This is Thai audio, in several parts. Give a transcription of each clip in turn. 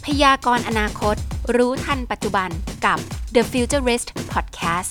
พยากรณ์อนาคตรู้ทันปัจจุบันกับ The Futurist Podcast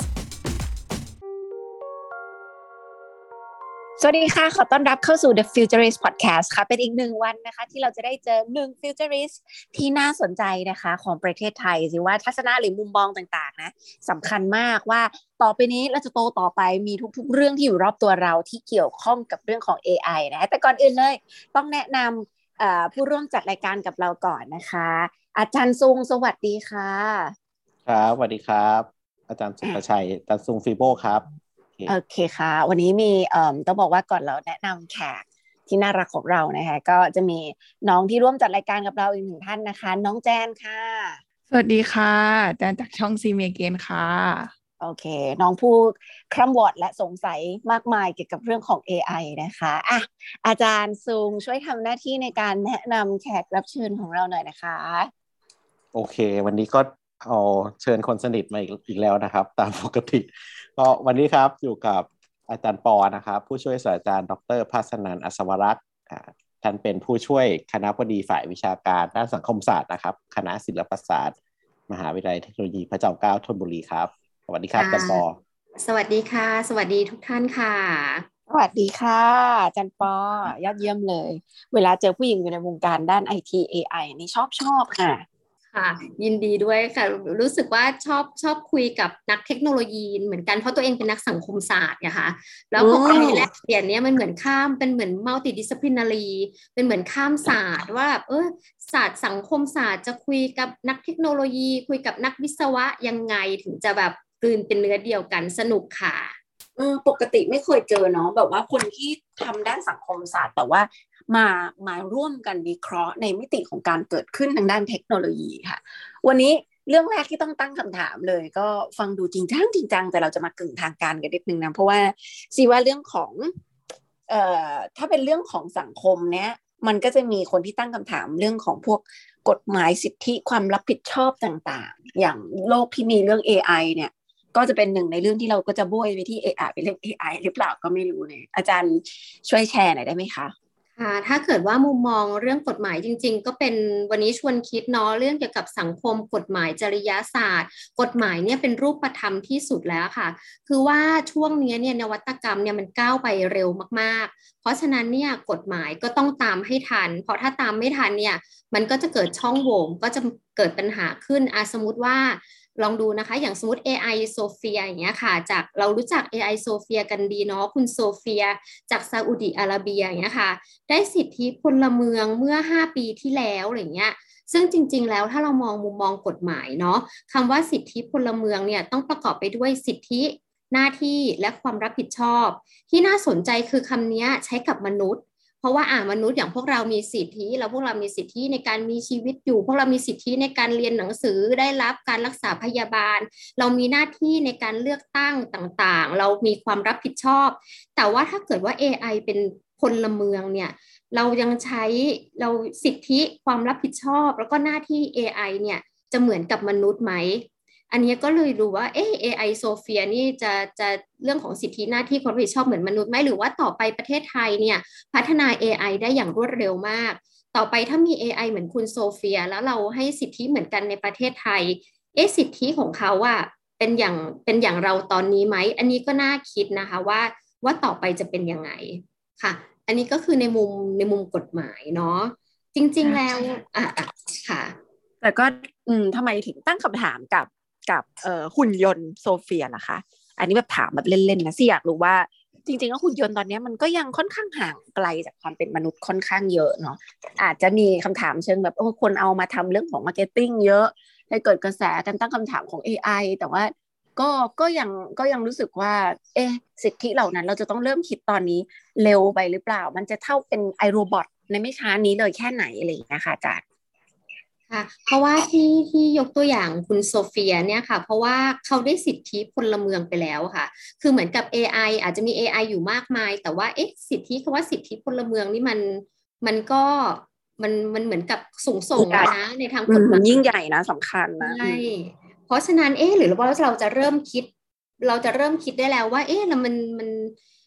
สวัสดีค่ะขอต้อนรับเข้าสู่ The Futurist Podcast ค่ะเป็นอีกหนึ่งวันนะคะที่เราจะได้เจอหนึ่ง Futurist ที่น่าสนใจนะคะของประเทศไทยสิว่าทัศนะหรือมุมมองต่างๆนะสำคัญมากว่าต่อไปนี้เราจะโตต่อไปมีทุกๆเรื่องที่อยู่รอบตัวเราที่เกี่ยวข้องกับเรื่องของ AI นะแต่ก่อนอื่นเลยต้องแนะนำผู้ร่วมจัดรายการกับเราก่อนนะคะอาจารย์ซุงสวัสดีค่ะครับสวัสดีครับอาจารย์สุภชัยอาจารย์ซุงฟีโบครับโอเคค่ะวันนี้มีต้องบอกว่าก่อนเราแนะนำแขกที่น่ารักของเรานะคะก็จะมีน้องที่ร่วมจัดรายการกับเราอีกหนึ่งท่านนะคะน้องแจนค่ะสวัสดีค่ะแจนจากช่องซีเมเกนค่ะโอเคน้องผู้คร่ำวอดและสงสัยมากมายเกี่ยวกับเรื่องของ AI นะคะอ่ะอาจารย์ซุงช่วยทำหน้าที่ในการแนะนำแขกรับเชิญของเราหน่อยนะคะโอเควันนี้ก็เอาเชิญคนสนิทมาอีกแล้วนะครับตามปกติก็วันนี้ครับอยู่กับอาจารย์ปอนะครับผู้ช่วยศาสตราจารย์ดร.ภาสนันท์อัศวรักษ์ท่านเป็นผู้ช่วยคณบดีฝ่ายวิชาการด้านสังคมศาสตร์นะครับคณะศิลปศาสตร์มหาวิทยาลัยเทคโนโลยีพระจอมเกล้าธนบุรีครับสวัสดีครับอาจารย์ปอสวัสดีค่ะสวัสดีทุกท่านค่ะสวัสดีค่ะอาจารย์ปอยอดเยี่ยมเลยเวลาเจอผู้หญิงอยู่ในวงการด้าน IT AI นี่ชอบค่ะค่ะยินดีด้วยค่ะรู้สึกว่าชอบคุยกับนักเทคโนโลยีเหมือนกันเพราะตัวเองเป็นนักสังคมศาสตร์นะคะแล้วพอคุยแลกเปลี่ยนเนี้ยมันเหมือนข้ามเป็นเหมือน multidisciplinary เป็นเหมือนข้ามศาสตร์ว่าศาสตร์สังคมศาสตร์จะคุยกับนักเทคโนโลยีคุยกับนักวิศวะยังไงถึงจะแบบกลืนเป็นเนื้อเดียวกันสนุกค่ะปกติไม่เคยเจอเนาะแบบว่าคนที่ทำด้านสังคมศาสตร์แต่ว่ามาร่วมกันวิเคราะห์ในมิติของการเกิดขึ้นทางด้านเทคโนโลยีค่ะวันนี้เรื่องแรกที่ต้องตั้งคำถามเลยก็ฟังดูจริงจังแต่เราจะมากึ่งทางการกันนิดนึงนะเพราะว่าซีว่าเรื่องของถ้าเป็นเรื่องของสังคมเนี้ยมันก็จะมีคนที่ตั้งคำถามเรื่องของพวกกฎหมายสิทธิความรับผิดชอบต่างๆอย่างโลกที่มีเรื่อง AI เนี่ยก็จะเป็นหนึ่งในเรื่องที่เราก็จะโบยไปที่ AI เป็นเรื่อง AI หรือเปล่าก็ไม่รู้เลยอาจารย์ช่วยแชร์หน่อยได้ไหมคะค่ะถ้าเกิดว่ามุมมองเรื่องกฎหมายจริงๆก็เป็นวันนี้ชวนคิดเนาะเรื่องเกี่ยวกับสังคมกฎหมายจริยศาสตร์กฎหมายเนี่ยเป็นรูปธรรมที่สุดแล้วค่ะคือว่าช่วงนี้เนี่ยนวัตกรรมเนี่ยมันก้าวไปเร็วมากๆเพราะฉะนั้นเนี่ยกฎหมายก็ต้องตามให้ทันเพราะถ้าตามไม่ทันเนี่ยมันก็จะเกิดช่องโหว่ก็จะเกิดปัญหาขึ้นสมมติว่าลองดูนะคะอย่างสมมติ AI โซเฟียอย่างเงี้ยค่ะจากเรารู้จัก AI โซเฟียกันดีเนาะคุณโซเฟียจากซาอุดิอาระเบียอย่างเงี้ยค่ะได้สิทธิพลเมืองเมื่อ5ปีที่แล้วอะไรเงี้ยซึ่งจริงๆแล้วถ้าเรามองมุมมองกฎหมายเนาะคำว่าสิทธิพลเมืองเนี่ยต้องประกอบไปด้วยสิทธิหน้าที่และความรับผิดชอบที่น่าสนใจคือคำนี้ใช้กับมนุษย์เพราะว่ามนุษย์อย่างพวกเรามีสิทธิแล้วพวกเรามีสิทธิในการมีชีวิตอยู่พวกเรามีสิทธิในการเรียนหนังสือได้รับการรักษาพยาบาลเรามีหน้าที่ในการเลือกตั้งต่างๆเรามีความรับผิดชอบแต่ว่าถ้าเกิดว่า AI เป็นพลเมืองเนี่ยเรายังใช้เราสิทธิความรับผิดชอบแล้วก็หน้าที่ AI เนี่ยจะเหมือนกับมนุษย์ไหมอันนี้ก็เลยรู้ว่าAI โซเฟียนี่จะเรื่องของสิทธิหน้าที่ความรับผิดชอบเหมือนมนุษย์ไหมหรือว่าต่อไปประเทศไทยเนี่ยพัฒนา AI ได้อย่างรวดเร็วมากต่อไปถ้ามี AI เหมือนคุณโซเฟียแล้วเราให้สิทธิเหมือนกันในประเทศไทยสิทธิของเขาเป็นอย่างเราตอนนี้ไหมอันนี้ก็น่าคิดนะคะว่าต่อไปจะเป็นยังไงค่ะอันนี้ก็คือในมุมกฎหมายเนาะจริงๆแล้วค่ะแต่ก็ทำไมถึงตั้งคำถามกับหุ่นยนต์โซเฟียล่ะคะอันนี้แบบถามแบบเล่นๆนะสิอยากรู้ว่าจริงๆแล้วหุ่นยนต์ตอนนี้มันก็ยังค่อนข้างห่างไกลจากความเป็นมนุษย์ค่อนข้างเยอะเนาะอาจจะมีคำถามเชิงแบบคนเอามาทำเรื่องของมาร์เก็ตติ้งเยอะให้เกิดกระแสการตั้งคำถามของ AI แต่ว่าก็ยังรู้สึกว่าสิทธิเหล่านั้นเราจะต้องเริ่มคิดตอนนี้เร็วไปหรือเปล่ามันจะเท่าเป็นไอโรบอทในไม่ช้านี้เลยแค่ไหนอะไรอย่างเงี้ยค่ะอาจารย์ค่ะเพราะว่าที่ยกตัวอย่างคุณโซเฟียเนี่ยค่ะเพราะว่าเขาได้สิทธิพลเมืองไปแล้วค่ะคือเหมือนกับ AI อาจจะมี AI อยู่มากมายแต่ว่าสิทธิคำว่าสิทธิพลเมืองนี่มันก็มันเหมือนกับสูงส่งนะในทางกฎหมายมันยิ่งใหญ่นะสำคัญนะใช่เพราะฉะนั้นหรือว่าเราจะเริ่มคิดได้แล้วว่าแล้วมัน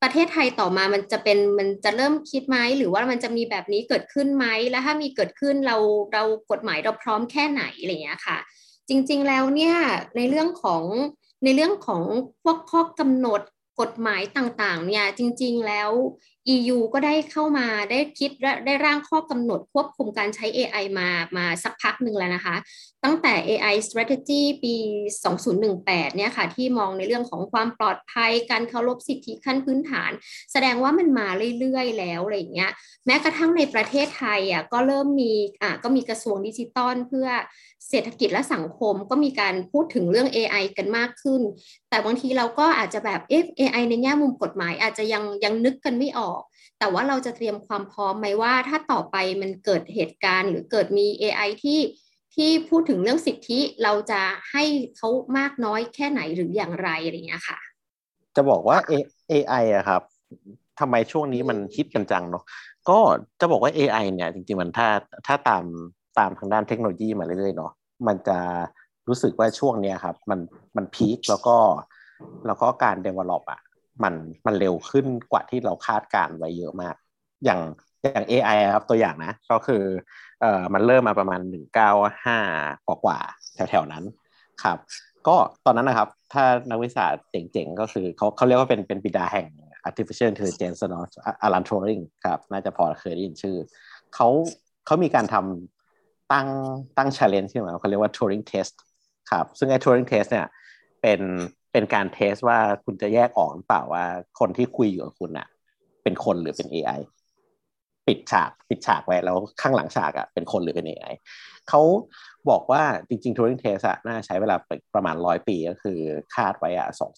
ประเทศไทยต่อมามันจะเริ่มคิดไหมหรือว่ามันจะมีแบบนี้เกิดขึ้นไหมแล้วถ้ามีเกิดขึ้นเรากฎหมายเราพร้อมแค่ไหนอะไรอย่างเงี้ยค่ะจริงๆแล้วเนี่ยในเรื่องของพวกข้อกำหนดกฎหมายต่างๆเนี่ยจริงๆแล้ว EU ก็ได้เข้ามาได้คิดได้ร่างข้อกำหนดควบคุมการใช้ AI มาสักพักหนึ่งแล้วนะคะตั้งแต่ AI Strategy ปี2018เนี่ยค่ะที่มองในเรื่องของความปลอดภัยการเคารพสิทธิขั้นพื้นฐานแสดงว่ามันมาเรื่อยๆแล้วอะไรอย่างเงี้ยแม้กระทั่งในประเทศไทยก็เริ่มมีก็มีกระทรวงดิจิทัลเพื่อเศรษฐกิจและสังคมก็มีการพูดถึงเรื่อง AI กันมากขึ้นแต่บางทีเราก็อาจจะแบบAI ในแง่มุมกฎหมายอาจจะยังนึกกันไม่ออกแต่ว่าเราจะเตรียมความพร้อมไหมว่าถ้าต่อไปมันเกิดเหตุการณ์หรือเกิดมี AI ที่พูดถึงเรื่องสิทธิเราจะให้เขามากน้อยแค่ไหนหรืออย่างไรอะไรอย่างเงี้ยค่ะจะบอกว่า AI อะครับทำไมช่วงนี้มันฮิตกันจังเนาะก็จะบอกว่า AI เนี่ยจริงๆมันถ้าตามทางด้านเทคโนโลยีมาเรื่อยๆเนาะมันจะรู้สึกว่าช่วงเนี้ยครับมันพีคแล้วก็การ develop อะมันเร็วขึ้นกว่าที่เราคาดการไว้เยอะมากอย่าง AI ครับตัวอย่างนะก็คือมันเริ่มมาประมาณ195กว่าแถวๆนั้นครับก็ตอนนั้นนะครับถ้านักวิชาเจ๋งๆก็คือเขาเรียกว่าเป็นบิดาแห่ง artificial intelligence เนาะอลัน ทูริงครับน่าจะพอเคยได้ยินชื่อเขาเขามีการทำตั้ง challenge ขึ้นมาเขาเรียกว่า Turing test ครับซึ่งไอ้ Turing test เนี่ยเป็นการเทสว่าคุณจะแยกออกหรือเปล่าว่าคนที่คุยอยู่กับคุณน่ะเป็นคนหรือเป็น AI ปิดฉากไว้แล้วข้างหลังฉากอ่ะเป็นคนหรือเป็น AI เขาบอกว่าจริงๆ Turing Test น่าใช้เวลาประมาณ100 ปีก็คือคาดไว้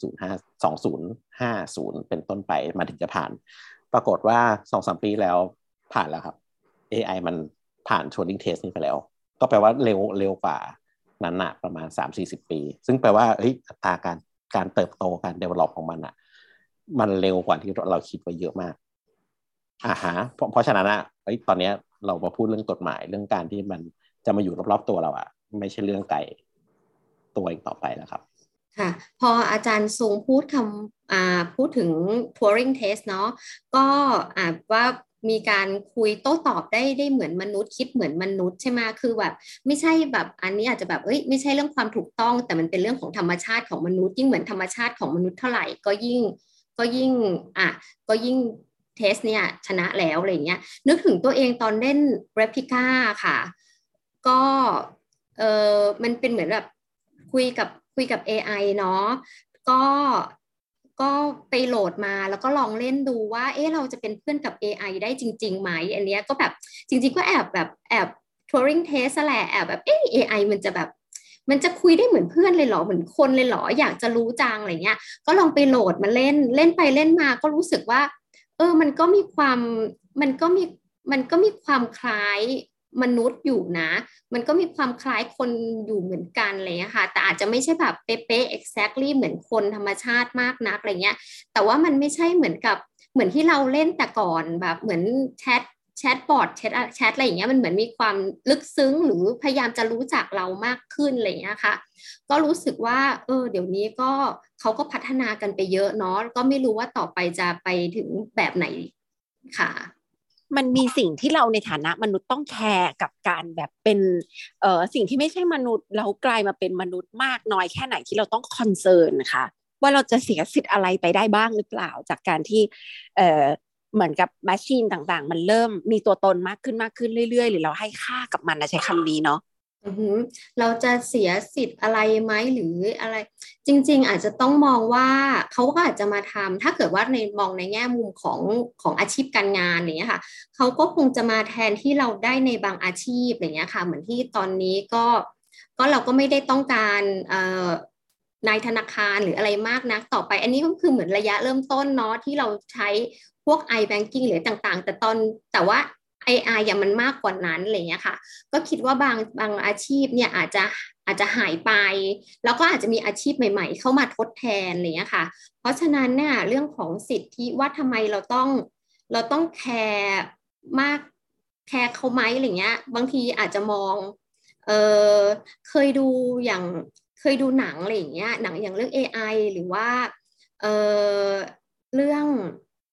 2050เป็นต้นไปมาถึงจะผ่านปรากฏว่า 2-3 ปีแล้วผ่านแล้วครับ AI มันผ่าน Turing Test นี้ไปแล้วก็แปลว่าเร็วกว่านั้นน่ะประมาณ 3-40 ปีซึ่งแปลว่าอัตราการเติบโตการ develop ของมันอ่ะมันเร็วกว่าที่เราคิดไว้เยอะมากฮะเพราะฉะนั้นตอนนี้เรามาพูดเรื่องกฎหมายเรื่องการที่มันจะมาอยู่รอบๆตัวเราไม่ใช่เรื่องไกลตัวอีกต่อไปแล้วครับค่ะพออาจารย์ซุงพูดถึง Turing Test เนาะก็ว่ามีการคุยโต้ตอบได้เหมือนมนุษย์คิดเหมือนมนุษย์ใช่ไหมคือแบบไม่ใช่แบบอันนี้อาจจะแบบไม่ใช่เรื่องความถูกต้องแต่มันเป็นเรื่องของธรรมชาติของมนุษย์ยิ่งเหมือนธรรมชาติของมนุษย์เท่าไหร่ก็ยิ่งก็ยิ่งเทสเนี่ยชนะแล้วอะไรเงี้ยนึกถึงตัวเองตอนเล่น Replica ค่ะก็มันเป็นเหมือนแบบคุยกับ AI เนาะก็ก็ไปโหลดมาแล้วก็ลองเล่นดูว่าเราจะเป็นเพื่อนกับ AI ได้จริงๆไหมอันเนี้ยก็แบบจริงๆก็แอบ Turing test แหละแอบแบบAI มันจะคุยได้เหมือนเพื่อนเลยเหรอเหมือนคนเลยเหรออยากจะรู้จังอะไรเงี้ยก็ลองไปโหลดมาเล่นไปเล่นมาก็รู้สึกว่ามันก็มีความมันก็มีมันก็มีความคล้ายมนุษย์อยู่นะมันก็มีความคล้ายคนอยู่เหมือนกันอะไรเงี้ยค่ะแต่อาจจะไม่ใช่แบบเป๊ะๆ exactly เหมือนคนธรรมชาติมากนักอะไรเงี้ยแต่ว่ามันไม่ใช่เหมือนที่เราเล่นแต่ก่อนแบบเหมือนแชทบอทแชทอะไรอย่างเงี้ยมันเหมือนมีความลึกซึ้งหรือพยายามจะรู้จักเรามากขึ้นอะไรเงี้ยค่ะก็รู้สึกว่าเดี๋ยวนี้ก็เขาก็พัฒนากันไปเยอะเนาะก็ไม่รู้ว่าต่อไปจะไปถึงแบบไหนค่ะมันมีสิ่งที่เราในฐานะมนุษย์ต้องแคร์กับการแบบเป็นสิ่งที่ไม่ใช่มนุษย์แล้วกลายมาเป็นมนุษย์มากน้อยแค่ไหนที่เราต้องคอนเซิร์นนะคะว่าเราจะเสียสิทธิ์อะไรไปได้บ้างหรือเปล่าจากการที่เหมือนกับแมชชีนต่างๆมันเริ่มมีตัวตนมากขึ้นเรื่อยๆหรือเราให้ค่ากับมันนะใช้คำนี้เนาะเราจะเสียสิทธิ์อะไรไหมหรืออะไรจริงๆอาจจะต้องมองว่าเขาก็อาจจะมาทำถ้าเกิดว่ามองในแง่มุมของอาชีพการงานอย่างเงี้ยค่ะเขาก็คงจะมาแทนที่เราได้ในบางอาชีพอย่างเงี้ยค่ะเหมือนที่ตอนนี้ก็เราก็ไม่ได้ต้องการนายธนาคารหรืออะไรมากนักต่อไปอันนี้ก็คือเหมือนระยะเริ่มต้นเนาะที่เราใช้พวก i-banking หรือต่างๆแต่ว่า AI อย่างมันมากกว่านั้นอะไรเงี้ยค่ะก็คิดว่าบางอาชีพเนี่ยอาจจะหายไปแล้วก็อาจจะมีอาชีพใหม่ๆเข้ามาทดแทนอะไรเงี้ยค่ะเพราะฉะนั้นเนี่ยเรื่องของสิทธิว่าทำไมเราต้องแคร์มากแคร์เขาไหมอะไรเงี้ยบางทีอาจจะมองเออเคยดูอย่างเคยดูหนังอะไรอย่างเงี้ยหนังอย่างเรื่อง AI หรือว่าเออเรื่อง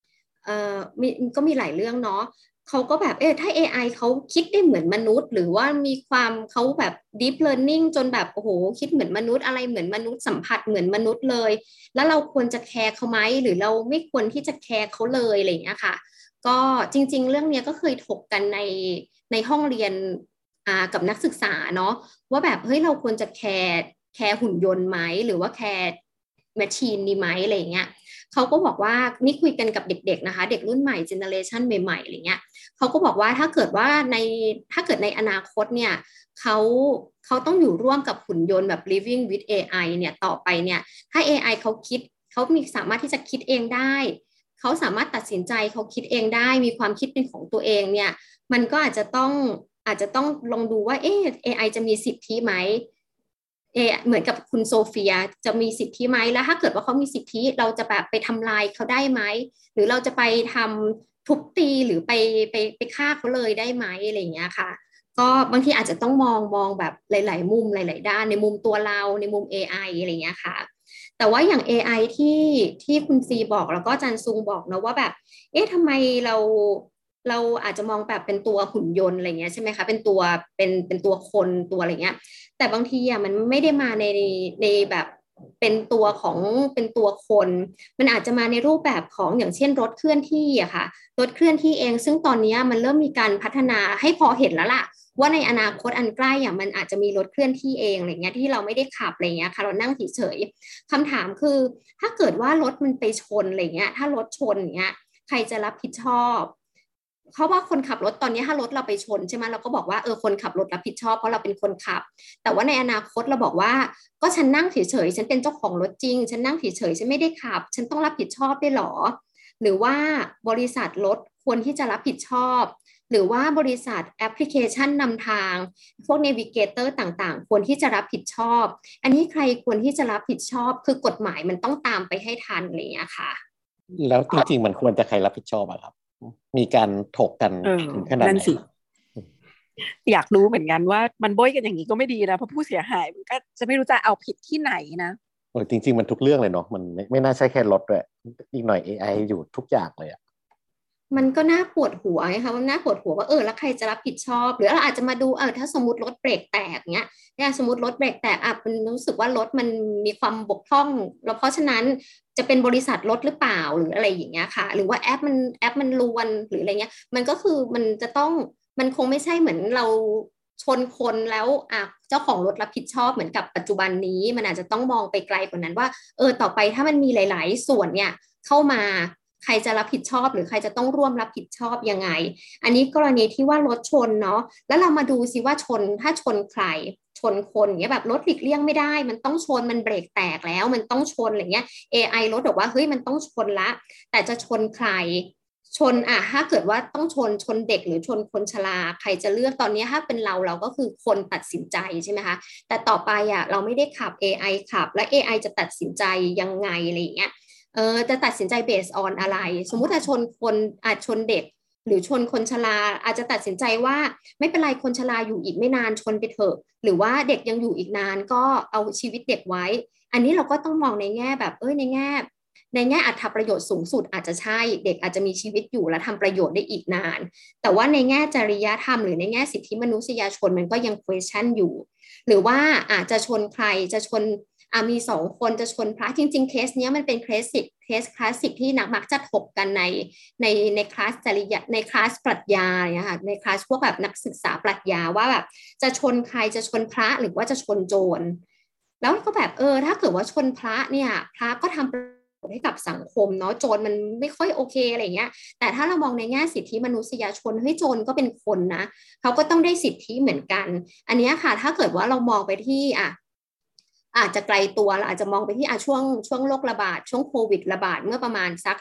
ก็มีหลายเรื่องเนาะเขาก็แบบถ้า AI เขาคิดได้เหมือนมนุษย์หรือว่ามีความเขาแบบ deep learning จนแบบโอ้โหคิดเหมือนมนุษย์อะไรเหมือนมนุษย์สัมผัสเหมือนมนุษย์เลยแล้วเราควรจะแคร์เขาไหมหรือเราไม่ควรที่จะแคร์เขาเลยอะไรอย่างเงี้ยค่ะก็จริงๆเรื่องเนี้ยก็เคยถกกันในห้องเรียนกับนักศึกษาเนาะว่าแบบเฮ้ยเราควรจะแคร์หุ่นยนต์ไหมหรือว่าแคร์แมชชีนดีไหมอะไรอย่างเงี้ยเขาก็บอกว่านี่คุยกันกับเด็กๆนะคะเด็กรุ่นใหม่เจเนอเรชันใหม่ๆอะไรเงี้ยเขาก็บอกว่าถ้าเกิดในอนาคตเนี่ยเขาต้องอยู่ร่วมกับหุ่นยนต์แบบ living with AI เนี่ยต่อไปเนี่ยถ้า AI เขามีสามารถที่จะคิดเองได้เขาสามารถตัดสินใจเขาคิดเองได้มีความคิดเป็นของตัวเองเนี่ยมันก็อาจจะต้องลองดูว่าAI จะมีสิทธิไหมเหมือนกับคุณโซเฟียจะมีสิทธิไหมแล้วถ้าเกิดว่าเขามีสิทธิเราจะแบบไปทำลายเขาได้ไหมหรือเราจะไปทำทุบตีหรือไปฆ่าเขาเลยได้ไหมอะไรอย่างเงี้ยค่ะก็บางทีอาจจะต้องมองแบบหลายๆมุมหลายๆด้านในมุมตัวเราในมุม AI อะไรอย่างเงี้ยค่ะแต่ว่าอย่าง AI ที่คุณซีบอกแล้วก็อาจารย์ซุงบอกนะว่าแบบทำไมเราอาจจะมองแบบเป็นตัวหุ่นยนต์อะไรเงี้ยใช่ไหมคะเป็นตัวคนตัวอะไรเงี้ยแต่บางทีอ่ะมันไม่ได้มาในแบบเป็นตัวคนมันอาจจะมาในรูปแบบของอย่างเช่นรถเคลื่อนที่อะค่ะรถเคลื่อนที่เองซึ่งตอนนี้มันเริ่มมีการพัฒนาให้พอเห็นแล้วล่ะว่าในอนาคตอันใกล้อ่ะมันอาจจะมีรถเคลื่อนที่เองอะไรเงี้ยที่เราไม่ได้ขับอะไรเงี้ยค่ะเรานั่งเฉยๆคำถามคือถ้าเกิดว่ารถมันไปชนอะไรเงี้ยถ้ารถชนเงี้ยใครจะรับผิดชอบเพราะว่าคนขับรถตอนนี้ถ้ารถเราไปชนใช่ไหมเราก็บอกว่าคนขับรถรับผิดชอบเพราะเราเป็นคนขับแต่ว่าในอนาคตเราบอกว่าก็ฉันนั่งเฉยๆฉันเป็นเจ้าของรถจริงฉันนั่งเฉยๆฉันไม่ได้ขับฉันต้องรับผิดชอบได้หรอหรือว่าบริษัทรถควรที่จะรับผิดชอบหรือว่าบริษัทแอปพลิเคชันนำทางพวกเนวิเกเตอร์ต่างๆควรที่จะรับผิดชอบอันนี้ใครควรที่จะรับผิดชอบคือกฎหมายมันต้องตามไปให้ทันอะไรอย่างเงี้ยค่ะแล้วจริงๆมันควรจะใครรับผิดชอบอะครับมีการถกกันถึงขนาดไหนอยากรู้เหมือนกันว่ามันโบยกันอย่างนี้ก็ไม่ดีนะเพราะผู้เสียหายมันก็จะไม่รู้จะเอาผิดที่ไหนนะจริงๆมันทุกเรื่องเลยเนาะมันไม่น่าใช่แค่รถด้วยอีกหน่อย AI อยู่ทุกอย่างเลยอะมันก็น่าปวดหัวไงคะมันน่าปวดหัวว่าแล้วใครจะรับผิดชอบหรือเราอาจจะมาดูถ้าสมมติรถเบรกแตกเนี้ยสมมติรถเบรกแตกมันรู้สึกว่ารถมันมีความบกพร่องแล้วเพราะฉะนั้นจะเป็นบริษัทรถหรือเปล่าหรืออะไรอย่างเงี้ยค่ะหรือว่าแอปมันรวนหรืออะไรเงี้ยมันก็คือมันจะต้องมันคงไม่ใช่เหมือนเราชนคนแล้วเจ้าของรถรับผิดชอบเหมือนกับปัจจุบันนี้มันอาจจะต้องมองไปไกลกว่านั้นว่าต่อไปถ้ามันมีหลายๆส่วนเนี่ยเข้ามาใครจะรับผิดชอบหรือใครจะต้องร่วมรับผิดชอบยังไงอันนี้กรณีที่ว่ารถชนเนาะแล้วเรามาดูซิว่าถ้าชนใครชนคนอย่างเงี้ยแบบรถหลีกเลี่ยงไม่ได้มันต้องชนมันเบรกแตกแล้วมันต้องชนอะไรเงี้ย AI รถบอกว่าเฮ้ยมันต้องชนละแต่จะชนใครชนถ้าเกิดว่าต้องชนเด็กหรือชนคนชราใครจะเลือกตอนนี้ถ้าเป็นเราก็คือคนตัดสินใจใช่ไหมคะแต่ต่อไปเราไม่ได้ขับ AI ขับและ AI จะตัดสินใจยังไงอะไรอย่างเงี้ยจะตัดสินใจ based on อะไรสมมุติถ้าชนคนชนเด็กหรือชนคนชราอาจจะตัดสินใจว่าไม่เป็นไรคนชราอยู่อีกไม่นานชนไปเถอะหรือว่าเด็กยังอยู่อีกนานก็เอาชีวิตเด็กไว้อันนี้เราก็ต้องมองในแง่แบบในแง่อรรถประโยชน์สูงสุดอาจจะใช่เด็กอาจจะมีชีวิตอยู่และทำประโยชน์ได้อีกนานแต่ว่าในแง่จริยธรรมหรือในแง่สิทธิมนุษยชนมันก็ยัง question อยู่หรือว่าอาจจะชนใครจะชนมี2 คนจะชนพระจริงๆเคสนี้มันเป็นเคสคลาสสิกที่นักมักจะถกกันในคลาสจริยะในคลาสปรัชญาเนี่ยค่ะในคลาสพวกแบบนักศึกษาปรัชญาว่าแบบจะชนใครจะชนพระหรือว่าจะชนโจรแล้วก็แบบถ้าเกิดว่าชนพระเนี่ยพระก็ทำให้กับสังคมเนาะโจรมันไม่ค่อยโอเคอะไรเงี้ยแต่ถ้าเรามองในแง่สิทธิมนุษยชนเฮ้ยโจรก็เป็นคนนะเขาก็ต้องได้สิทธิเหมือนกันอันนี้ค่ะถ้าเกิดว่าเรามองไปที่อาจจะไกลตัวเราอาจจะมองไปที่ช่วงโรคระบาดช่วงโควิดระบาดเมื่อประมาณสัก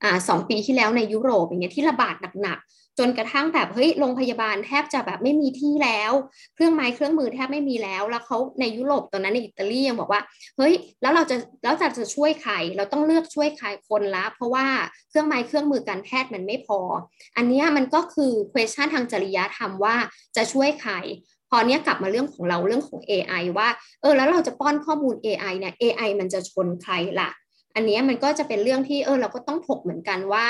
2 ปีที่แล้วในยุโรปอย่างเงี้ยที่ระบาดหนักๆจนกระทั่งแบบเฮ้ยโรงพยาบาลแทบจะแบบไม่มีที่แล้วเครื่องมือแทบไม่มีแล้วเขาในยุโรปตอนนั้นในอิตาลียังบอกว่าเฮ้ยแล้วเราจะช่วยใครเราต้องเลือกช่วยใครคนละเพราะว่าเครื่องมือการแพทย์มันไม่พออันนี้มันก็คือ question ทางจริยธรรมว่าจะช่วยใครพอเนี้ยกลับมาเรื่องของเราเรื่องของ AI ว่าแล้วเราจะป้อนข้อมูล AI เนี่ย AI มันจะชนใครล่ะอันนี้มันก็จะเป็นเรื่องที่เราก็ต้องถกเหมือนกันว่า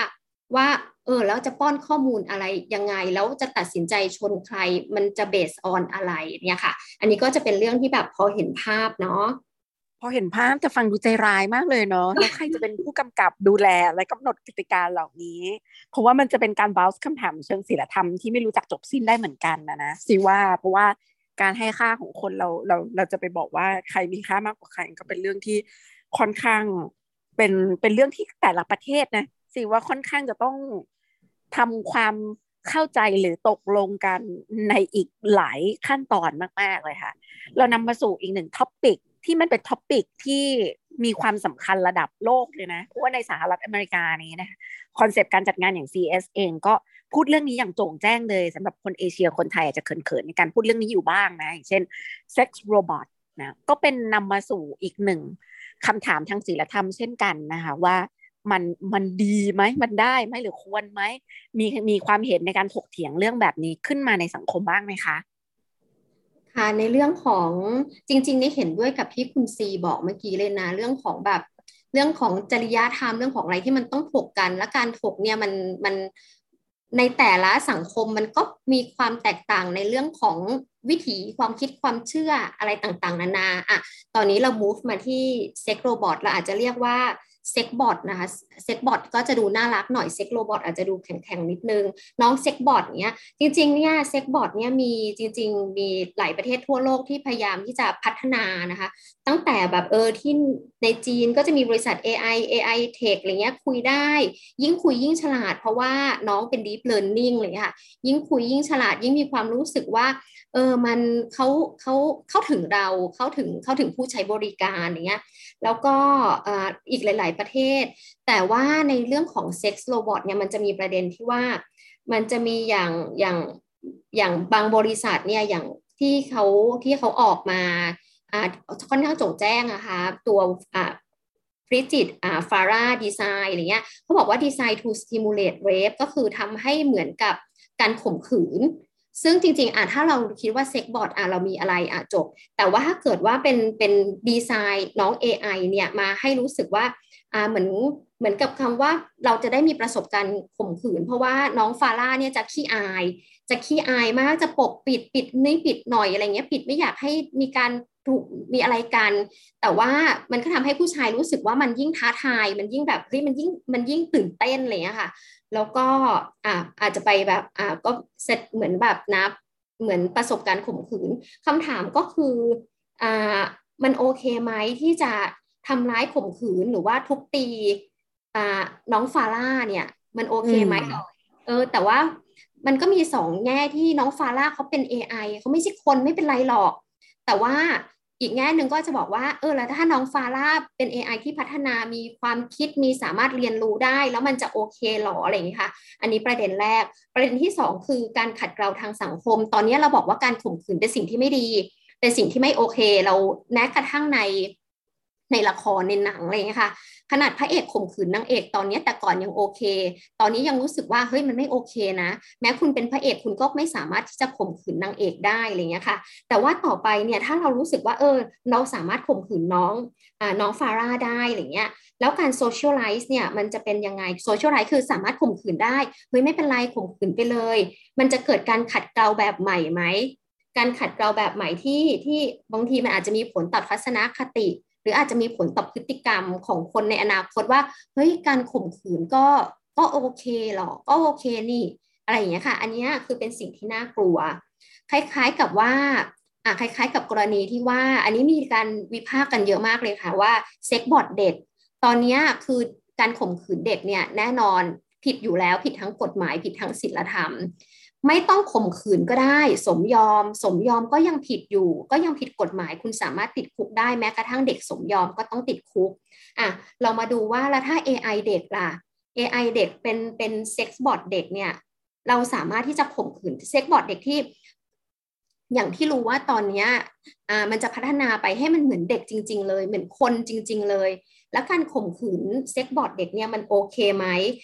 ว่าแล้วจะป้อนข้อมูลอะไรยังไงแล้วจะตัดสินใจชนใครมันจะเบสออนอะไรเนี่ยค่ะอันนี้ก็จะเป็นเรื่องที่แบบพอเห็นภาพเนาะพอเห็นภาพจะฟังดูใจร้ายมากเลยเนาะแล้วใครจะเป็นผู้กำกับดูแลและกำหนดกติกาเหล่านี้เพราะว่ามันจะเป็นการ bounce คำถามเชิงศีลธรรมที่ไม่รู้จักจบสิ้นได้เหมือนกันนะสิว่าเพราะว่าการให้ค่าของคนเราจะไปบอกว่าใครมีค่ามากกว่าใครก็เป็นเรื่องที่ค่อนข้างเป็นเป็นเรื่องที่แต่ละประเทศนะสิว่าค่อนข้างจะต้องทำความเข้าใจหรือตกลงกันในอีกหลายขั้นตอนมากๆเลยค่ะ เรานำมาสู่อีกหนึ่งท็อปิกที่มันเป็นท็อปิกที่มีความสำคัญระดับโลกเลยนะเพราะว่าในสหรัฐอเมริกานี้นะคะคอนเซปต์การจัดงานอย่าง CES เองก็พูดเรื่องนี้อย่างโจ่งแจ้งเลยสำหรับคนเอเชียคนไทยอาจจะเขินๆในการพูดเรื่องนี้อยู่บ้างนะอย่างเช่น sex robot นะก็เป็นนำมาสู่อีกหนึ่งคำถามทางศีลธรรมเช่นกันนะคะว่ามันดีไหมมันได้ไหมหรือควรไหมมีความเห็นในการถกเถียงเรื่องแบบนี้ขึ้นมาในสังคมบ้างไหมคะค่ะในเรื่องของจริงๆนี่เห็นด้วยกับที่คุณซีบอกเมื่อกี้เลยนะเรื่องของแบบเรื่องของจริยธรรมเรื่องของอะไรที่มันต้องถกกันและการถกเนี่ยมันในแต่ละสังคมมันก็มีความแตกต่างในเรื่องของวิถีความคิดความเชื่ออะไรต่างๆนานาอ่ะตอนนี้เรา move มาที่เซ็กโรบอทเราอาจจะเรียกว่าเซ็กบอทนะคะเซ็กบอทก็จะดูน่ารักหน่อยเซ็กโรบอทอาจจะดูแข็งๆนิดนึงน้องเซ็กบอทเนี้ยจริงๆเนี่ยเซ็กบอทเนี่ยมีจริงๆมีหลายประเทศทั่วโลกที่พยายามที่จะพัฒนานะคะตั้งแต่แบบที่ในจีนก็จะมีบริษัท AI Tech อะไรเงี้ยคุยได้ยิ่งคุยยิ่งฉลาดเพราะว่าน้องเป็น Deep Learning เลยค่ะยิ่งคุยยิ่งฉลาดยิ่งมีความรู้สึกว่ามันเข้าถึงเราเข้าถึงผู้ใช้บริการอย่างเงี้ยแล้วก็อีกหลายๆประเทศแต่ว่าในเรื่องของเซ็กซ์โรบอทเนี่ยมันจะมีประเด็นที่ว่ามันจะมีอย่างบางบริษัทเนี่ยอย่างที่เขาออกมาค่อนข้างโจ่งแจ้งนะคะตัวฟริจิตฟาร่าดีไซน์อะไรเงี้ยเขาบอกว่าดีไซน์ to stimulate rape ก็คือทำให้เหมือนกับการข่มขืนซึ่งจริงๆถ้าเราคิดว่าเซ็กบอทเรามีอะไรจบแต่ว่าถ้าเกิดว่าเป็นดีไซน์น้อง AI เนี่ยมาให้รู้สึกว่าเหมือนกับคำว่าเราจะได้มีประสบการณ์ข่มขืนเพราะว่าน้องฟาร่าเนี่ยจะขี้อายมากจะปกปิดนี่ปิดหน่อยอะไรเงี้ยปิดไม่อยากให้มีการถูกมีอะไรกันแต่ว่ามันก็ทำให้ผู้ชายรู้สึกว่ามันยิ่งท้าทายมันยิ่งแบบเฮ้ยมันยิ่งตื่นเต้นอะไรเงี้ยค่ะแล้วก็อาจจะไปแบบก็เสร็จเหมือนแบบนับเหมือนประสบการณ์ข่มขืนคำถามก็คือมันโอเคไหมที่จะทำร้ายข่มขืนหรือว่าทุบตีน้องฟาร่าเนี่ยมันโอเคไหมแต่ว่ามันก็มีสองแง่ที่น้องฟาร่าเขาเป็น AI เขาไม่ใช่คนไม่เป็นไรหรอกแต่ว่าอีกแง่หนึ่งก็จะบอกว่าแล้วถ้าน้องฟาร่าเป็น AI ที่พัฒนามีความคิดมีสามารถเรียนรู้ได้แล้วมันจะโอเคหรออะไรอย่างนี้ค่ะอันนี้ประเด็นแรกประเด็นที่สองคือการขัดเกลาทางสังคมตอนนี้เราบอกว่าการข่มขืนเป็นสิ่งที่ไม่ดีเป็นสิ่งที่ไม่โอเคเราแม้กระทั่งในละครในหนังอะไรอย่างนี้ค่ะขนาดพระเอกข่มขืนนางเอกตอนนี้แต่ก่อนยังโอเคตอนนี้ยังรู้สึกว่าเฮ้ยมันไม่โอเคนะแม้คุณเป็นพระเอกคุณก็ไม่สามารถที่จะข่มขืนนางเอกได้อะไรเงี้ยค่ะแต่ว่าต่อไปเนี่ยถ้าเรารู้สึกว่าเราสามารถข่มขืนน้องฟาร่าได้อะไรเงี้ยแล้วการโซเชียลไลซ์เนี่ยมันจะเป็นยังไงโซเชียลไลซ์คือสามารถข่มขืนได้เฮ้ยไม่เป็นไรข่มขืนไปเลยมันจะเกิดการขัดเกลาแบบใหม่ไหมการขัดเกลาแบบใหม่ที่บางทีมันอาจจะมีผลต่อทัศนคติหรืออาจจะมีผลต่อพฤติกรรมของคนในอนาคตว่าเฮ้ยการข่มขืนก็โอเคหรอก็โอเคนี่อะไรอย่างเงี้ยค่ะอันนี้คือเป็นสิ่งที่น่ากลัวคล้ายๆกับว่าคล้ายๆกับกรณีที่ว่าอันนี้มีการวิพากษ์กันเยอะมากเลยค่ะว่าเซ็กบอทเด็กตอนนี้คือการข่มขืนเด็กเนี่ยแน่นอนผิดอยู่แล้วผิดทั้งกฎหมายผิดทั้งศีลธรรมไม่ต้องข่มขืนก็ได้สมยอมก็ยังผิดอยู่ก็ยังผิดกฎหมายคุณสามารถติดคุกได้แม้กระทั่งเด็กสมยอมก็ต้องติดคุกเรามาดูว่าแล้วถ้า AI เด็กล่ะ AI เด็กเป็นเซ็กซ์บอทเด็กเนี่ยเราสามารถที่จะข่มขืนเซ็กซ์บอทเด็กที่อย่างที่รู้ว่าตอนนี้มันจะพัฒนาไปให้มันเหมือนเด็กจริงๆเลยเหมือนคนจริงๆเลยแล้วการข่มขืนเซ็กซ์บอทเด็กเนี่ยมันโอเคไหม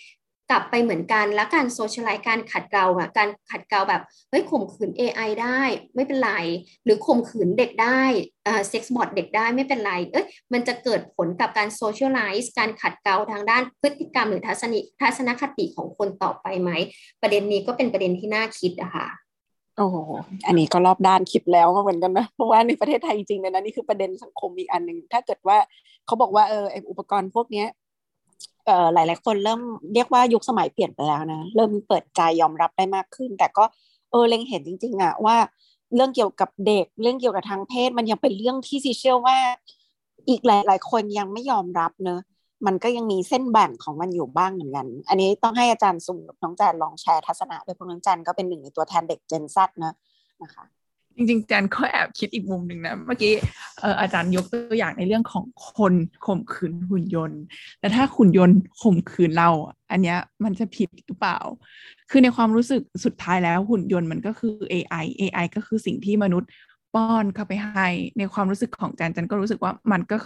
กลับไปเหมือนกันแล้วการโซเชียลไลซ์การขัดเกลาอ่ะการขัดเกลาแบบเฮ้ยข่มขืน AI ได้ไม่เป็นไรหรือข่มขืนเด็กได้เซ็กซ์บอทเด็กได้ไม่เป็นไรมันจะเกิดผลกับการโซเชียลไลซ์การขัดเกลาทางด้านพฤติกรรมหรือทัศนคติของคนต่อไปไหมประเด็นนี้ก็เป็นประเด็นที่น่าคิดอะค่ะโอ้โหอันนี้ก็รอบด้านคิดแล้วเหมือนกันนะเพราะว่าในประเทศไทยจริงๆเลยนะนี่คือประเด็นสังคมอีกอันหนึ่งถ้าเกิดว่าเขาบอกว่าไอ้อุปกรณ์พวกเนี้ยหลายๆคนเริ่มเรียกว่ายุคสมัยเปลี่ยนไปแล้วนะเริ่มเปิดใจยอมรับได้มากขึ้นแต่ก็เล็งเห็นจริงๆอะว่าเรื่องเกี่ยวกับเด็กเรื่องเกี่ยวกับทางเพศมันยังเป็นเรื่องที่ซีเชื่อว่าอีกหลายๆคนยังไม่ยอมรับเนอะมันก็ยังมีเส้นแบ่งของมันอยู่บ้างเหมือนกันอันนี้ต้องให้อาจารย์ซุ่มกับน้องแจนลองแชร์ทัศนะด้วยเพราะน้องแจนก็เป็นหนึ่งในตัวแทนเด็ก Gen Z นะคะจริงๆแจนก็แอบคิดอีกมุมหนึ่งนะเมื่อกี้อาจารย์ยกตัวอย่างในเรื่องของคนข่มขืนหุ่นยนต์แต่ถ้าหุ่นยนต์ข่มขืนเราอันเนี้ยมันจะผิดหรือเปล่าคือในความรู้สึกสุดท้ายแล้วหุ่นยนต์มันก็คือ AI ก็คือสิ่งที่มนุษย์ป้อนเข้าไปให้ในความรู้สึกของแจนก็รู้สึกว่ามันก็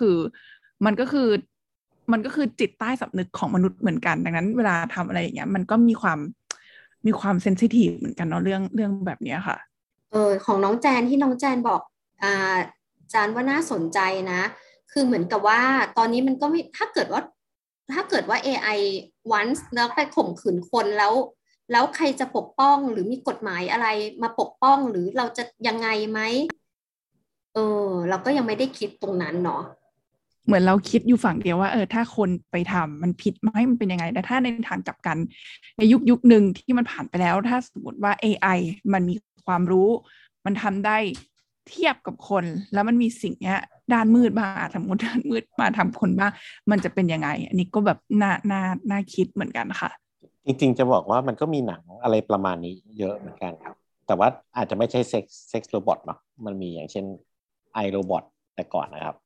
คือจิตใต้สำนึกของมนุษย์เหมือนกันดังนั้นเวลาทำอะไรอย่างเงี้ยมันก็มีความเซนซิทีฟเหมือนกันเนาะเรื่องแบบเนี้ยค่ะของน้องแจนที่น้องแจนบอกจานว่าน่าสนใจนะคือเหมือนกับว่าตอนนี้มันก็ไม่ถ้าเกิดว่า AI once แล้วไปข่มขืนคนแล้วใครจะปกป้องหรือมีกฎหมายอะไรมาปกป้องหรือเราจะยังไงไหมเราก็ยังไม่ได้คิดตรงนั้นเนาะเหมือนเราคิดอยู่ฝั่งเดียวว่าถ้าคนไปทำมันผิดไหมมันเป็นยังไงแต่ถ้าในทางกลับกันในยุคหนึ่งที่มันผ่านไปแล้วถ้าสมมติว่า AI มันมีความรู้มันทำได้เทียบกับคนแล้วมันมีสิ่งเนี้ยด้านมืดบ้างสมมติด้านมืดมาทำคนบ้างมันจะเป็นยังไงอันนี้ก็แบบน่าคิดเหมือนกันค่ะจริงๆจะบอกว่ามันก็มีหนังอะไรประมาณนี้เยอะเหมือนกันครับแต่ว่าอาจจะไม่ใช่เซ็กซ์โรบอทเนาะมันมีอย่างเช่นไอโรบอทแต่ก่อนนะครับ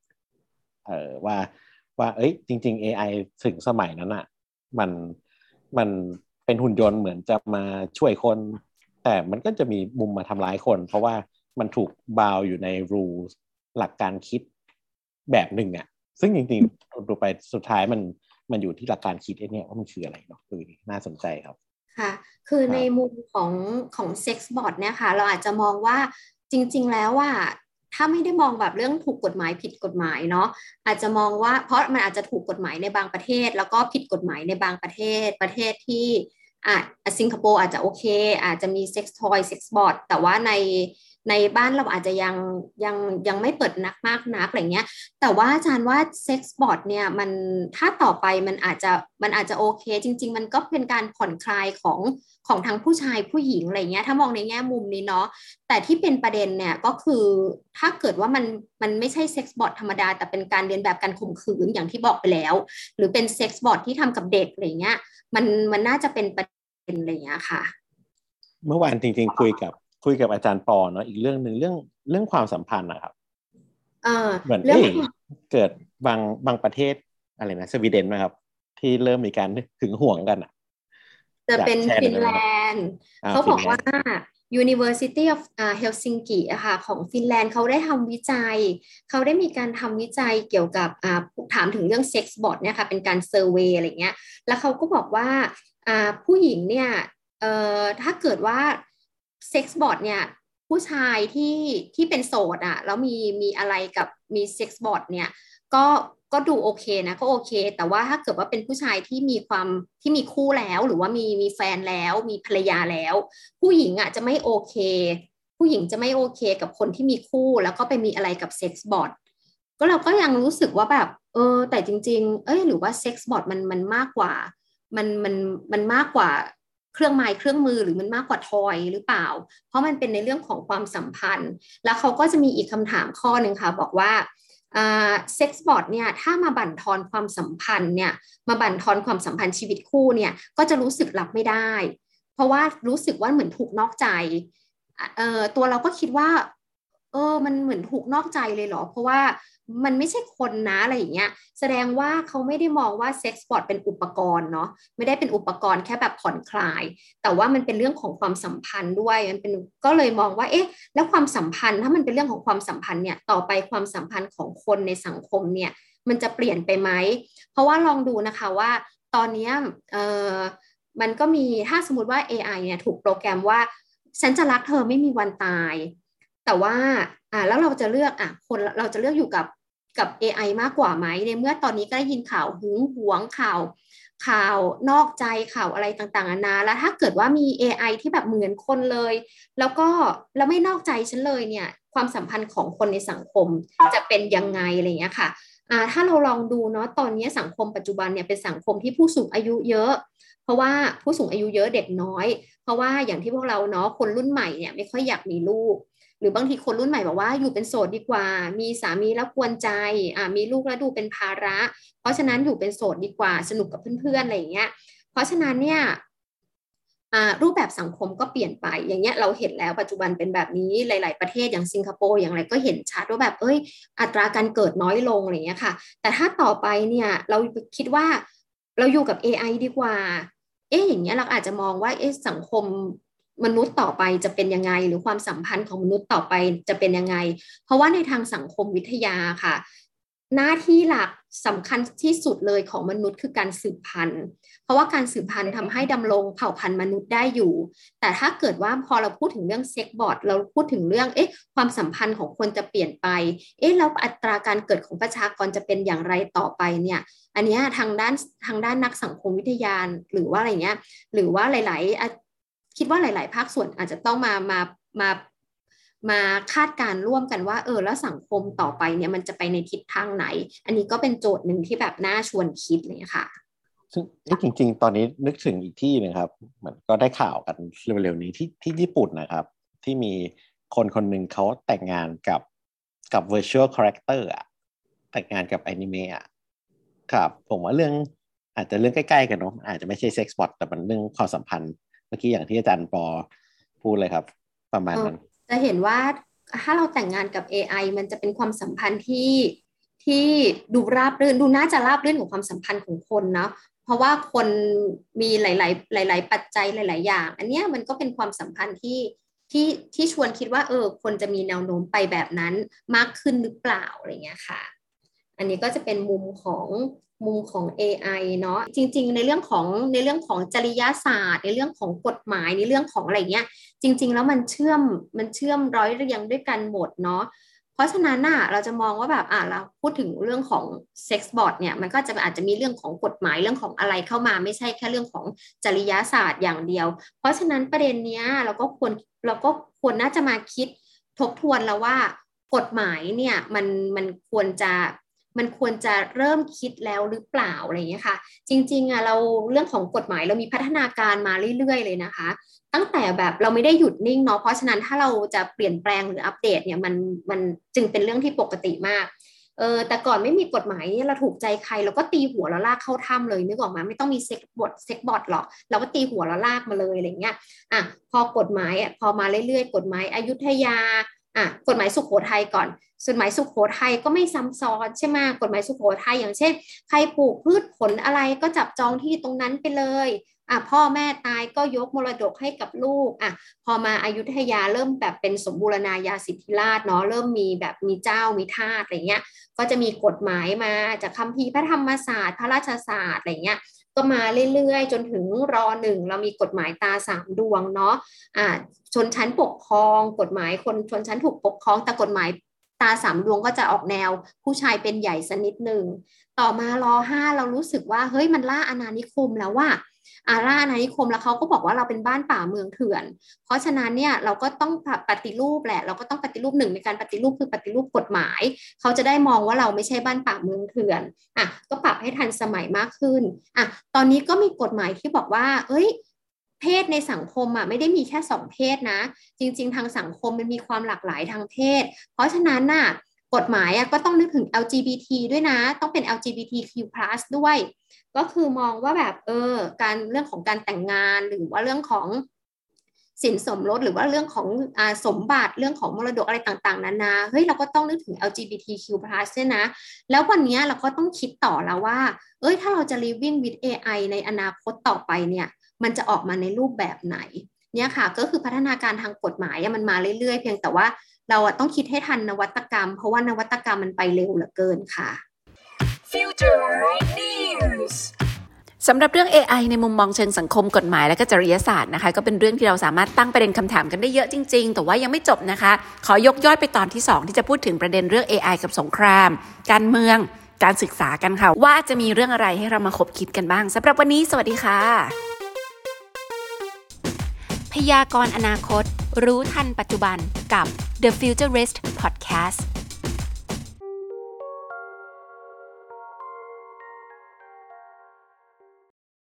ว่าจริงๆ AI ถึงสมัยนั้นอ่ะมันเป็นหุ่นยนต์เหมือนจะมาช่วยคนแต่มันก็จะมีมุมมาทำร้ายคนเพราะว่ามันถูกบาวอยู่ใน rules หลักการคิดแบบหนึ่งอ่ะซึ่งจริงๆดูไปสุดท้ายมันอยู่ที่หลักการคิดเนี่ยว่ามันคืออะไรเนาะคือน่าสนใจครับค่ะคือในมุมของเซ็กซ์บอทเนี่ยค่ะเราอาจจะมองว่าจริงๆแล้วว่าถ้าไม่ได้มองแบบเรื่องถูกกฎหมายผิดกฎหมายเนาะอาจจะมองว่าเพราะมันอาจจะถูกกฎหมายในบางประเทศแล้วก็ผิดกฎหมายในบางประเทศที่สิงคโปร์อาจจะโอเคอาจจะมีเซ็กซ์ทอยเซ็กซ์บอทแต่ว่าในบ้านเราอาจจะยังไม่เปิดมากนักอะไรเงี้ยแต่ว่าอาจารย์ว่าเซ็กซ์บอทเนี่ยมันถ้าต่อไปมันอาจจะโอเคจริงๆมันก็เป็นการผ่อนคลายของทั้งผู้ชายผู้หญิงอะไรเงี้ยถ้ามองในแง่มุมนี้เนาะแต่ที่เป็นประเด็นเนี่ยก็คือถ้าเกิดว่ามันไม่ใช่เซ็กซ์บอทธรรมดาแต่เป็นการเรียนแบบการข่มขืนอย่างที่บอกไปแล้วหรือเป็นเซ็กซ์บอทที่ทำกับเด็กอะไรเงี้ยมันน่าจะเป็นประเด็นอะไรเงี้ยค่ะเมื่อวานจริงๆคุยกับอาจารย์ปอเนาะอีกเรื่องหนึ่งเรื่องความสัมพันธ์นะครับเหมือนเกิดบางประเทศอะไรนะสวีเดนนะครับที่เริ่มมีการหึงหวงกันอ่ะจะเป็นฟินแลนด์เขาบอกว่า University of Helsinki อะค่ะของฟินแลนด์เขาได้ทำวิจัยเขาได้มีการทำวิจัยเกี่ยวกับถามถึงเรื่องเซ็กซ์บอทเนี่ยค่ะเป็นการเซอร์เวย์อะไรเงี้ยแล้วเขาก็บอกว่าผู้หญิงเนี่ยถ้าเกิดว่าเซ็กซ์บอทเนี่ยผู้ชายที่เป็นโสดอะแล้วมีอะไรกับมีเซ็กซ์บอทเนี่ยก็ดูโอเคนะก็โอเคแต่ว่าถ้าเกิดว่าเป็นผู้ชายที่มีคู่แล้วหรือว่ามีแฟนแล้วมีภรรยาแล้วผู้หญิงอ่ะจะไม่โอเคผู้หญิงจะไม่โอเคกับคนที่มีคู่แล้วก็ไปมีอะไรกับเซ็กซ์บอทก็เราก็ยังรู้สึกว่าแบบแต่จริงๆหรือว่าเซ็กซ์บอทมันมากกว่ามันมากกว่าเครื่องไม้เครื่องมือหรือมันมากกว่าทอยหรือเปล่าเพราะมันเป็นในเรื่องของความสัมพันธ์แล้วเขาก็จะมีอีกคำถามข้อหนึ่งค่ะบอกว่าเซ็กซ์บอทเนี่ยถ้ามาบั่นทอนความสัมพันธ์เนี่ยมาบั่นทอนความสัมพันธ์ชีวิตคู่เนี่ยก็จะรู้สึกรับไม่ได้เพราะว่ารู้สึกว่าเหมือนถูกนอกใจตัวเราก็คิดว่ามันเหมือนถูกนอกใจเลยเหรอเพราะว่ามันไม่ใช่คนนะอะไรอย่างเงี้ยแสดงว่าเขาไม่ได้มองว่าเซ็กซ์บอทเป็นอุปกรณ์เนาะไม่ได้เป็นอุปกรณ์แค่แบบผ่อนคลายแต่ว่ามันเป็นเรื่องของความสัมพันธ์ด้วยมันเป็นก็เลยมองว่าแล้วความสัมพันธ์ถ้ามันเป็นเรื่องของความสัมพันธ์เนี่ยต่อไปความสัมพันธ์ของคนในสังคมเนี่ยมันจะเปลี่ยนไปไหมเพราะว่าลองดูนะคะว่าตอนนี้มันก็มีถ้าสมมติว่า AI เนี่ยถูกโปรแกรมว่าฉันจะรักเธอไม่มีวันตายแต่ว่าแล้วเราจะเลือกคนเราจะเลือกอยู่กับ AI มากกว่าไหมในเมื่อตอนนี้ก็ได้ยินข่าวหึงหวงข่าวนอกใจข่าวอะไรต่างๆนานาแล้วถ้าเกิดว่ามี AI ที่แบบเหมือนคนเลยแล้วไม่นอกใจฉันเลยเนี่ยความสัมพันธ์ของคนในสังคมจะเป็นยังไงอะไรอย่างเงี้ยค่ะถ้าเราลองดูเนาะตอนนี้สังคมปัจจุบันเนี่ยเป็นสังคมที่ผู้สูงอายุเยอะเพราะว่าผู้สูงอายุเยอะเด็กน้อยเพราะว่าอย่างที่พวกเราเนาะคนรุ่นใหม่เนี่ยไม่ค่อยอยากมีลูกหรือบางทีคนรุ่นใหม่บอกว่าอยู่เป็นโสดดีกว่ามีสามีแล้วกวนใจมีลูกแล้วดูเป็นภาระเพราะฉะนั้นอยู่เป็นโสดดีกว่าสนุกกับเพื่อนๆอะไรอย่างเงี้ยเพราะฉะนั้นเนี่ยรูปแบบสังคมก็เปลี่ยนไปอย่างเงี้ยเราเห็นแล้วปัจจุบันเป็นแบบนี้หลายๆประเทศอย่างสิงคโปร์อย่างไรก็เห็นชัดว่าแบบอัตราการเกิดน้อยลงอะไรเงี้ยค่ะแต่ถ้าต่อไปเนี่ยเราคิดว่าเราอยู่กับ AI ดีกว่าอย่างเงี้ยเราอาจจะมองว่าสังคมมนุษย์ต่อไปจะเป็นยังไงหรือความสัมพันธ์ของมนุษย์ต่อไปจะเป็นยังไงเพราะว่าในทางสังคมวิทยาค่ะหน้าที่หลักสำคัญที่สุดเลยของมนุษย์คือการสืบพันธุ์เพราะว่าการสืบพันธุ์ทำให้ดำรงเผ่าพันธุ์มนุษย์ได้อยู่แต่ถ้าเกิดว่าพอเราพูดถึงเรื่องเซ็กบอร์ดเราพูดถึงเรื่องความสัมพันธ์ของคนจะเปลี่ยนไปแล้วอัตราการเกิดของประชากรจะเป็นอย่างไรต่อไปเนี่ยอันนี้ทางด้านนักสังคมวิทยาหรือว่าอะไรเงี้ยหรือว่าหลายๆคิดว่าหลายๆภาคส่วนอาจจะต้องมาคาดการร่วมกันว่าแล้วสังคมต่อไปเนี่ยมันจะไปในทิศทางไหนอันนี้ก็เป็นโจทย์หนึ่งที่แบบน่าชวนคิดเลยค่ะซึ่งจริงๆตอนนี้นึกถึงอีกที่นึงครับมันก็ได้ข่าวกันเร็วๆนี้ที่ญี่ปุ่นนะครับที่มีคนหนึ่งเขาแต่งงานกับ virtual character แต่งงานกับแอนิเมะครับผมว่าเรื่องอาจจะเรื่องใกล้ๆกันเนาะอาจจะไม่ใช่เซ็กส์บอทแต่มันเรื่องความสัมพันธ์เมื่อกี้อย่างที่อาจารย์ปอพูดเลยครับประมาณนั้นจะเห็นว่าถ้าเราแต่งงานกับ AI มันจะเป็นความสัมพันธ์ที่ดูราบรื่นดูน่าจะราบรื่นของความสัมพันธ์ของคนเนาะเพราะว่าคนมีหลายปัจจัยหลายๆอย่างอันนี้มันก็เป็นความสัมพันธ์ที่ชวนคิดว่าคนจะมีแนวโน้มไปแบบนั้นมากขึ้นหรือเปล่าอะไรเงี้ยค่ะอันนี้ก็จะเป็นมุมของ AI เนาะจริงๆในเรื่องของจริยศาสตร์ในเรื่องของกฎหมายในเรื่องของอะไรเงี้ยจริงๆแล้วมันเชื่อมร้อยเรียงด้วยกันหมดเนาะเพราะฉะนั้นเราจะมองว่าแบบเราพูดถึงเรื่องของเซ็กส์บอทเนี่ยมันก็จะอาจจะมีเรื่องของกฎหมายเรื่องของอะไรเข้ามาไม่ใช่แค่เรื่องของจริยศาสตร์อย่างเดียวเพราะฉะนั้นประเด็นเนี้ยเราก็ควรน่าจะมาคิดทบทวนแล้วว่ากฎหมายเนี่ยมันควรจะเริ่มคิดแล้วหรือเปล่าอะไรอย่างเงี้ยค่ะจริงๆเราเรื่องของกฎหมายเรามีพัฒนาการมาเรื่อยๆเลยนะคะตั้งแต่แบบเราไม่ได้หยุดนิ่งเนาะเพราะฉะนั้นถ้าเราจะเปลี่ยนแปลงหรืออัปเดตเนี่ยมันจึงเป็นเรื่องที่ปกติมากแต่ก่อนไม่มีกฎหมายเนี่ยเราถูกใจใครเราก็ตีหัวแล้วลากเข้าถ้ำเลยนึกออกมาไม่ต้องมีเซ็กบอทหรอกเราก็ตีหัวแล้วลากมาเลยอะไรเงี้ยพอกฎหมายพอมาเรื่อยๆกฎหมายอยุธยากฎหมายสุโขทัยก่อนกฎหมายสุโขทัยก็ไม่ซ้ำซ้อนใช่ไหมกฎหมายสุโขทัยอย่างเช่นใครปลูกพืชผลอะไรก็จับจองที่ตรงนั้นไปเลยพ่อแม่ตายก็ยกมรดกให้กับลูกพอมาอยุธยาเริ่มแบบเป็นสมบูรณาญาสิทธิราชย์เนาะเริ่มมีแบบมีเจ้ามีทาสอะไรเงี้ยก็จะมีกฎหมายมาจากคัมภีร์พระธรรมศาสตร์พระราชศาสตร์อะไรเงี้ยก็มาเรื่อยๆจนถึงร.1เรามีกฎหมายตา3 ดวงเนาะชนชั้นปกครองกฎหมายคนชนชั้นถูกปกครองแต่กฎหมายตา3 ดวงก็จะออกแนวผู้ชายเป็นใหญ่สักนิดหนึ่งต่อมาร.5เรารู้สึกว่าเฮ้ยมันล่าอาณานิคมแล้วว่าล่าอาณานิคมแล้วเขาก็บอกว่าเราเป็นบ้านป่าเมืองเถื่อนเพราะฉะนั้นเนี่ยเราก็ต้องปฏิรูปแหละเราก็ต้องปฏิรูปหนึ่งในการปฏิรูปคือปฏิรูปกฎหมายเขาจะได้มองว่าเราไม่ใช่บ้านป่าเมืองเถื่อนก็ปรับให้ทันสมัยมากขึ้นตอนนี้ก็มีกฎหมายที่บอกว่าเพศในสังคมไม่ได้มีแค่2เพศนะจริงๆทางสังคมมันมีความหลากหลายทางเพศเพราะฉะนั้นกฎหมายก็ต้องนึกถึง LGBT ด้วยนะต้องเป็น LGBTQ+ ด้วยก็คือมองว่าแบบการเรื่องของการแต่งงานหรือว่าเรื่องของสินสมรสหรือว่าเรื่องของสมบัติเรื่องของมรดกอะไรต่างๆนานาเฮ้ยเราก็ต้องนึกถึง LGBTQ+ ด้วยนะแล้ววันนี้เราก็ต้องคิดต่อแล้วว่าถ้าเราจะ living with AI ในอนาคตต่อไปเนี่ยมันจะออกมาในรูปแบบไหนเนี่ยค่ะก็คือพัฒนาการทางกฎหมายมันมาเรื่อยๆเพียงแต่ว่าเราต้องคิดให้ทันนวัตกรรมเพราะว่านวัตกรรมมันไปเร็วเหลือเกินค่ะ Future News สำหรับเรื่อง AI ในมุมมองเชิงสังคมกฎหมายและก็จริยศาสตร์นะคะก็เป็นเรื่องที่เราสามารถตั้งประเด็นคำถามกันได้เยอะจริงๆแต่ว่ายังไม่จบนะคะขอยกยอดไปตอนที่2ที่จะพูดถึงประเด็นเรื่อง AI กับสงครามการเมืองการศึกษากันค่ะว่าจะมีเรื่องอะไรให้เรามาคบคิดกันบ้างสำหรับวันนี้สวัสดีค่ะพยากรณ์อนาคตรู้ทันปัจจุบันกับ The Futurist Podcast